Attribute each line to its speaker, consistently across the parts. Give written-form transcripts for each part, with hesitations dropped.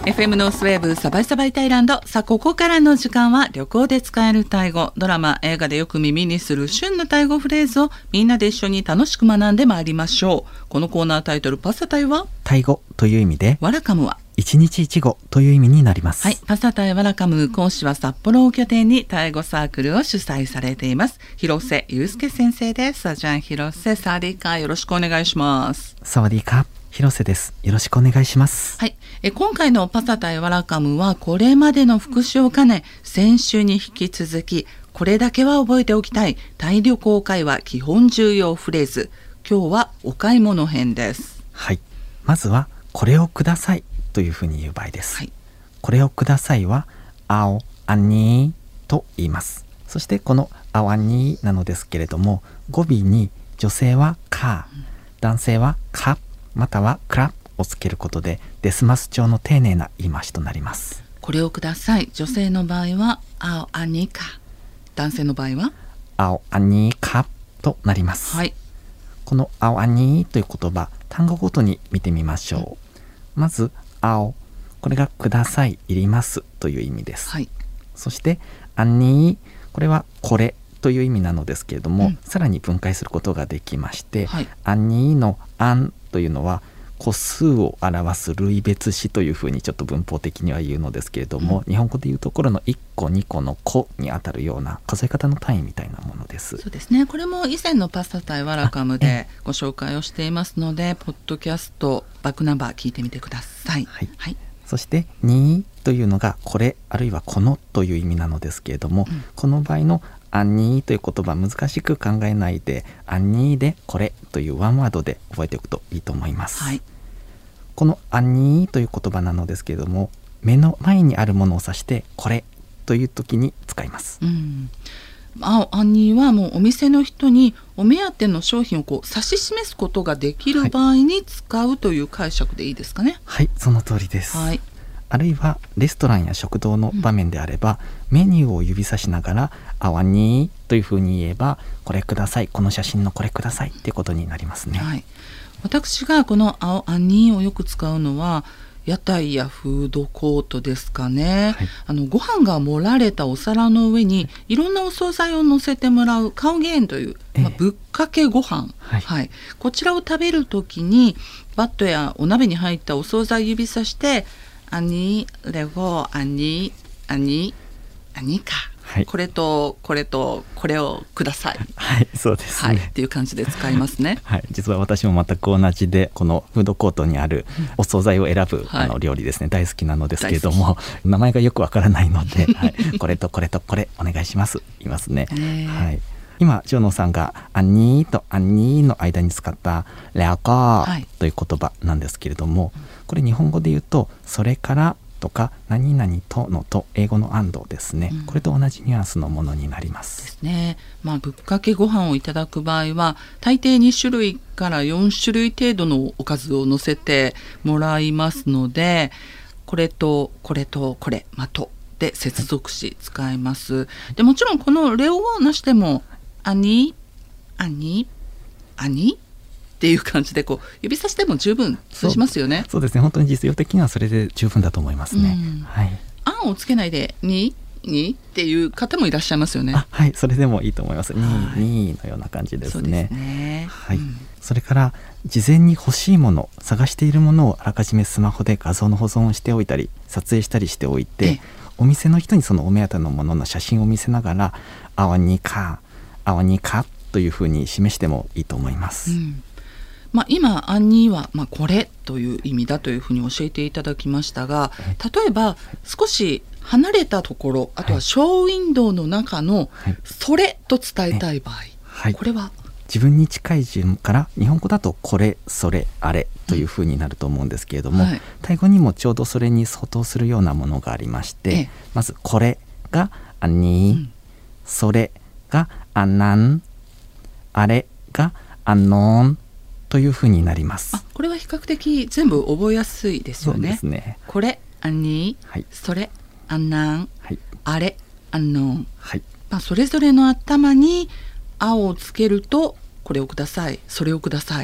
Speaker 1: FM ノースウェーブサバイサバイタイランド。さあここからの時間は旅行で使えるタイ語、ドラマ映画でよく耳にする旬のタイ語フレーズをみんなで一緒に楽しく学んでまいりましょう。このコーナータイトルパサタイは
Speaker 2: タイ語という意味で、
Speaker 1: ワラカムは
Speaker 2: 一日一語という意味になります。
Speaker 1: はい、パサタイワラカム講師は札幌を拠点にタイ語サークルを主催されています広瀬祐介先生です。じゃあ広瀬サワディーカー、よろしくお願いします。
Speaker 2: サワディーカー、広瀬です。よろしくお願いします。
Speaker 1: はい、今回のパサタイワラカムはこれまでの復習を兼ね、先週に引き続きこれだけは覚えておきたいタイ旅行会話基本重要フレーズ。今日はお買い物編です。
Speaker 2: はい、まずはこれをくださいというふうに言う場合です。
Speaker 1: はい、
Speaker 2: これをくださいはアオアニーと言います。そしてこのアオアニーなのですけれども、語尾に女性はカー、男性はカまたはクラをつけることでデスマス調の丁寧な言い回しとなります。
Speaker 1: これをください、女性の場合はアオアニーカ、男性の場合は
Speaker 2: アオアニーカとなります。
Speaker 1: はい、
Speaker 2: このアオアニーという言葉、単語ごとに見てみましょう。まず青、これがください、いりますという意味です。
Speaker 1: はい、
Speaker 2: そしてアンニー、これはこれという意味なのですけれども、さらに分解することができまして、
Speaker 1: はい、
Speaker 2: アンニーのアンというのは個数を表す類別詞というふうにちょっと文法的には言うのですけれども、日本語でいうところの1個2個の個にあたるような数え方の単位みたいなものです。
Speaker 1: そうですね。これも以前のパサタイワラカムでご紹介をしていますので、ポッドキャストバックナンバー聞いてみてください。
Speaker 2: はい、
Speaker 1: はい、
Speaker 2: そしてにというのがこれあるいはこのという意味なのですけれども、この場合のアンニーという言葉、難しく考えないでアンニーでこれというワンワードで覚えておくといいと思います。
Speaker 1: はい、
Speaker 2: このアンニーという言葉なのですけれども、目の前にあるものを指してこれという時に使います。
Speaker 1: アンニーはもうお店の人にお目当ての商品をこう指し示すことができる場合に使うという解釈でいいですかね。
Speaker 2: はい、その通りです。
Speaker 1: はい、
Speaker 2: あるいはレストランや食堂の場面であれば、メニューを指さしながらアワニーというふうに言えば、これください、この写真のこれくださいっていうことになりますね。
Speaker 1: はい、私がこのアニーをよく使うのは屋台やフードコートですかね。はい、ご飯が盛られたお皿の上にいろんなお惣菜を乗せてもらうカオゲーンという、ぶっかけご飯、はい、こちらを食べるときにバットやお鍋に入ったお惣菜指さしてアニーレゴアニーアニーアニーか、はい、これとこれとこれをください。
Speaker 2: はい、そうですね、
Speaker 1: はい、っていう感じで使いますね。
Speaker 2: はい、実は私も全く同じで、このフードコートにあるお惣菜を選ぶ、料理ですね、大好きなのですけれども、名前がよくわからないので、はい、これとこれとこれお願いします言いますね。はい、今ジョノさんがアンニーとアンニーの間に使ったレアカーという言葉なんですけれども、これ日本語で言うとそれからとか何々とのと英語のアンドですね、これと同じニュアンスのものになりますです
Speaker 1: ね。ぶっかけご飯をいただく場合は大抵2種類から4種類程度のおかずを乗せてもらいますので、これとこれとこれとで接続詞使います。でもちろんこのレオをなしでもアニアニアニっていう感じでこう指さしても十分通じますよね。
Speaker 2: そうですね、本当に実用的にはそれで十分だと思いますね。はい、
Speaker 1: あんをつけないでにっていう方もいらっしゃいますよね。
Speaker 2: はい、それでもいいと思います。にのような感じですね。
Speaker 1: そうですね。
Speaker 2: はい、それから事前に欲しいもの、探しているものをあらかじめスマホで画像の保存をしておいたり撮影したりしておいて、お店の人にそのお目当てのものの写真を見せながらアワニカというふうに示してもいいと思います。
Speaker 1: 今アンニーは、これという意味だというふうに教えていただきましたが、例えば少し離れたところ、あとはショーウィンドウの中のそれと伝えたい場合、これは
Speaker 2: 自分に近い順から日本語だとこれそれあれというふうになると思うんですけれども、タイ語にもちょうどそれに相当するようなものがありまして、まずこれがアンニー、それがアンナン、あれがアンノーンというふうになります。
Speaker 1: これは比較的全部覚えやすいですよね。
Speaker 2: そうですね。
Speaker 1: これアンニー、それアンナン、あれアンノーン、それぞれの頭に「あ」をつけるとこれをください、それをください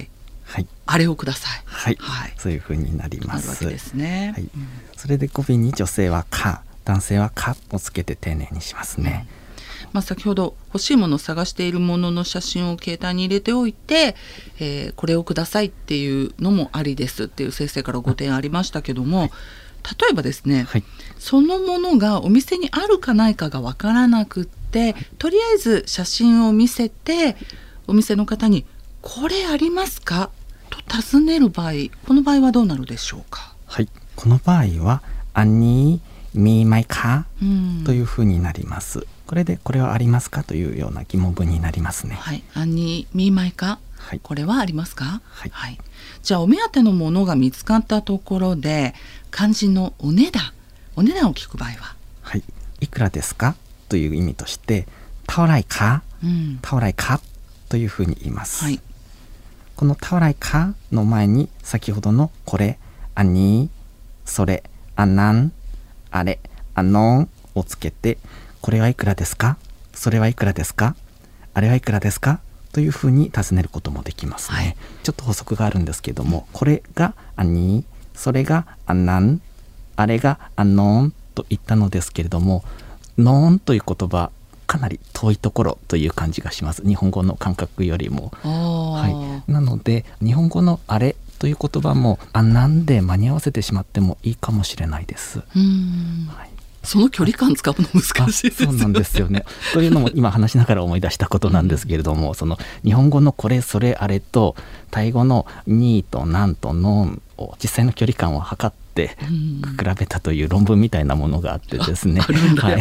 Speaker 2: はい、
Speaker 1: あれをください。
Speaker 2: はい、はい、そういう風になります。
Speaker 1: なるわけですね。
Speaker 2: はい、それで語尾に女性はか、男性はかをつけて丁寧にしますね。
Speaker 1: 先ほど欲しいものを探しているものの写真を携帯に入れておいて、これをくださいっていうのもありですっていう先生からご提案ありましたけども、はい、例えばですね、はい、そのものがお店にあるかないかがわからなくって、とりあえず写真を見せてお店の方にこれありますかと尋ねる場合、この場合はどうなるでしょうか。
Speaker 2: はい、この場合はアンニーミーマイカというふうになります。これでこれはありますかというような疑問文になりますね。
Speaker 1: はい、アンニーミーマイカ、はい、これはありますか。
Speaker 2: はい、
Speaker 1: はい、じゃあお目当てのものが見つかったところで肝心のお値段を聞く場合は、
Speaker 2: はい、いくらですかという意味としてタオライカ、タオライカというふうに言います。はい、このタオライカの前に先ほどのこれ、アンニー、それ、アンナン、あれ、アンノンをつけて、これはいくらですか、それはいくらですか、あれはいくらですかというふうに尋ねることもできますね。はい、ちょっと補足があるんですけども、これがアンニー、それがアンナン、あれがアンノンと言ったのですけれども、ノンという言葉かなり遠いところという感じがします。日本語の感覚よりも。はい、なので日本語のあれという言葉もアンナンで間に合わせてしまってもいいかもしれないです。はい、
Speaker 1: その距離感使うの難しいですよね。
Speaker 2: そうなんですよね。というのも今話しながら思い出したことなんですけれども、その日本語のこれそれあれとタイ語のニーとなんとノンを実際の距離感を測って比べたという論文みたいなものがあってですね、はい、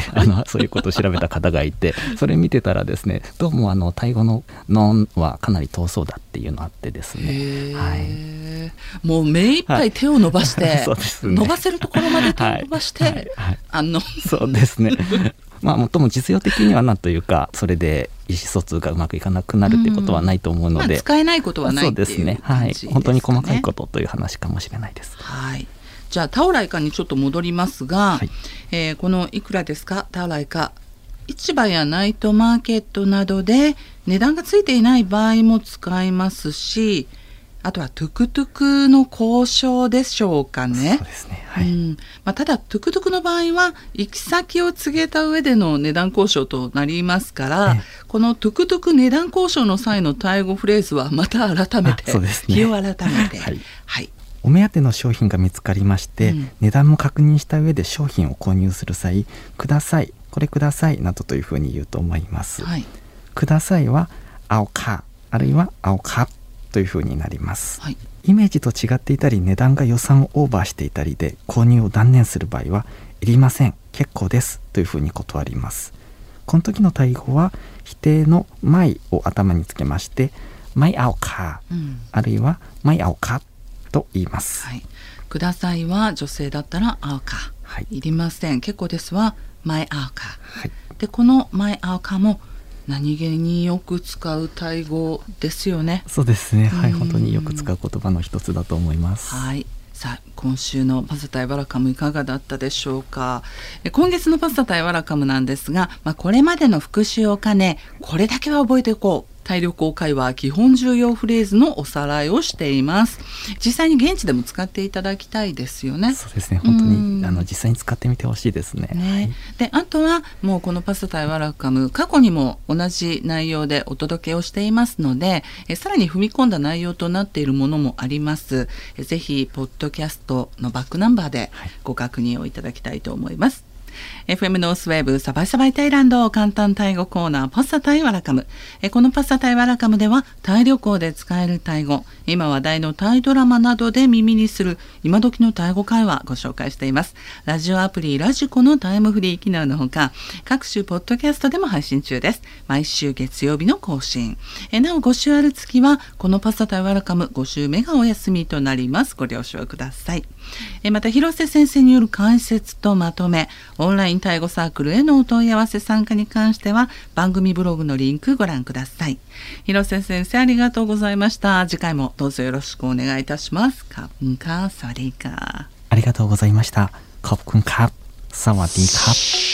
Speaker 2: そういうことを調べた方がいて、それ見てたらですね、どうもタイ語のノンはかなり遠そうだっていうのがあってですね、はい、
Speaker 1: もう目いっぱい手を伸ばして、はい、そうですね、伸ばせるところまで手を伸ばして、はいはいはい、
Speaker 2: そうですねもっとも実用的にはなんというか、それで意思疎通がうまくいかなくなるっていうことはないと思うので、
Speaker 1: 使えないことはないっていう感じですね。
Speaker 2: はい、本当に細かいことという話かもしれないです。
Speaker 1: はい、じゃあタオライカにちょっと戻りますが、はい、このいくらですかタオライカ、市場やナイトマーケットなどで値段がついていない場合も使いますし、あとはトゥクトゥクの交渉でしょうかね。
Speaker 2: そうですね、はい、
Speaker 1: ただトゥクトゥクの場合は行き先を告げた上での値段交渉となりますから、このトゥクトゥク値段交渉の際のタイ語フレーズはまた改めて、日を改めて、
Speaker 2: はいはい、お目当ての商品が見つかりまして、値段も確認した上で商品を購入する際、ください、これくださいなどというふうに言うと思います。はい、くださいは青か、あるいは青かというふうになります。はい、イメージと違っていたり値段が予算をオーバーしていたりで購入を断念する場合は、いりません、結構ですというふうに断ります。この時の対応は否定のマイを頭につけまして、マイ青か、あるいはマイ青かと言います。はい、
Speaker 1: くださいは女性だったら青か、はい、いりません、結構ですはマイ青か、はい、でこのマイ青かも何気によく使うタイ語ですよね。
Speaker 2: そうですね、はい、本当によく使う言葉の一つだと思います。
Speaker 1: はい、さあ今週のパスタタイワラカムいかがだったでしょうか。今月のパスタタイワラカムなんですが、これまでの復習を兼ね、これだけは覚えておこう、タイ旅行会話基本重要フレーズのおさらいをしています。実際に現地でも使っていただきたいですよね。
Speaker 2: そうですね、本当に実際に使ってみてほしいですね。はい、
Speaker 1: であとはもうこのパスタタイワラカム、過去にも同じ内容でお届けをしていますので、さらに踏み込んだ内容となっているものもあります。ぜひポッドキャストのバックナンバーでご確認をいただきたいと思います。FM ノースウェーブサバイサバイタイランド簡単タイ語コーナー、パスタタイワラカム。このパスタタイワラカムではタイ旅行で使えるタイ語、今話題のタイドラマなどで耳にする今時のタイ語会話ご紹介しています。ラジオアプリラジコのタイムフリー機能のほか、各種ポッドキャストでも配信中です。毎週月曜日の更新。なお5週ある月はこのパスタタイワラカム5週目がお休みとなります。ご了承ください。また広瀬先生による解説とまとめ、オンラインタイ語サークルへのお問い合わせ参加に関しては番組ブログのリンクご覧ください。広瀬先生ありがとうございました。次回もどうぞよろしくお願いいたします。カップンカーサワディーカー。
Speaker 2: ありがとうございました。カップンカーサワディーカー。